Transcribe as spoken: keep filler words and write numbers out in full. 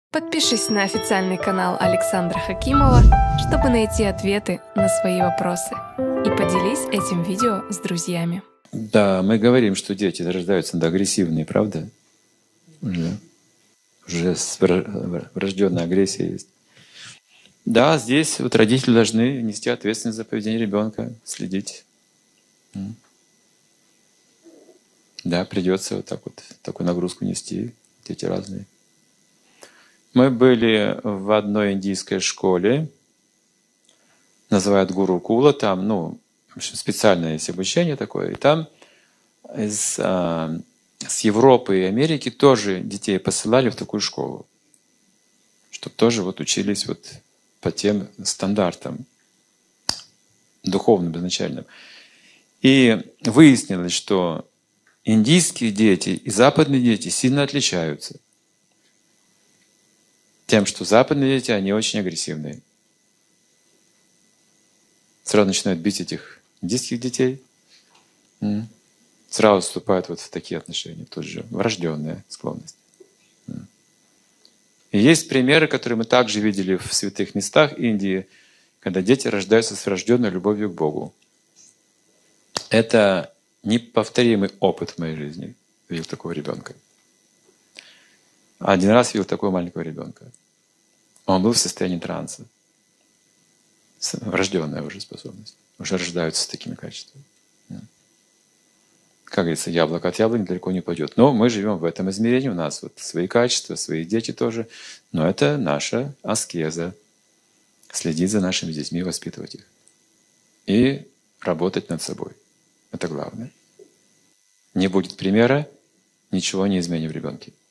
Подпишись на официальный канал Александра Хакимова, чтобы найти ответы на свои вопросы. И поделись этим видео с друзьями. Да, мы говорим, что дети рождаются агрессивные, правда? Уже, уже врожденная агрессия есть. Да, здесь вот родители должны нести ответственность за поведение ребенка, следить. Да, придется вот так вот такую нагрузку нести. Дети разные. Мы были в одной индийской школе, называют Гурукула, там, ну, в общем, специальное есть обучение такое, и там из, а, с Европы и Америки тоже детей посылали в такую школу, чтобы тоже вот учились вот по тем стандартам духовным изначальным. И выяснилось, что индийские дети и западные дети сильно отличаются тем, что западные дети, они очень агрессивные. Сразу начинают бить этих индийских детей. Сразу вступают вот в такие отношения. Тут же врожденная склонность. И есть примеры, которые мы также видели в святых местах Индии, когда дети рождаются с врожденной любовью к Богу. Это неповторимый опыт в моей жизни. Видел такого ребенка. Один раз видел такого маленького ребенка. Он был в состоянии транса. Врожденная уже способность. Уже рождаются с такими качествами. Как говорится, яблоко от яблони далеко не пойдет. Но мы живем в этом измерении, у нас вот свои качества, свои дети тоже. Но это наша аскеза. Следить за нашими детьми, воспитывать их. И работать над собой. Это главное. Не будет примера, ничего не изменим в ребенке.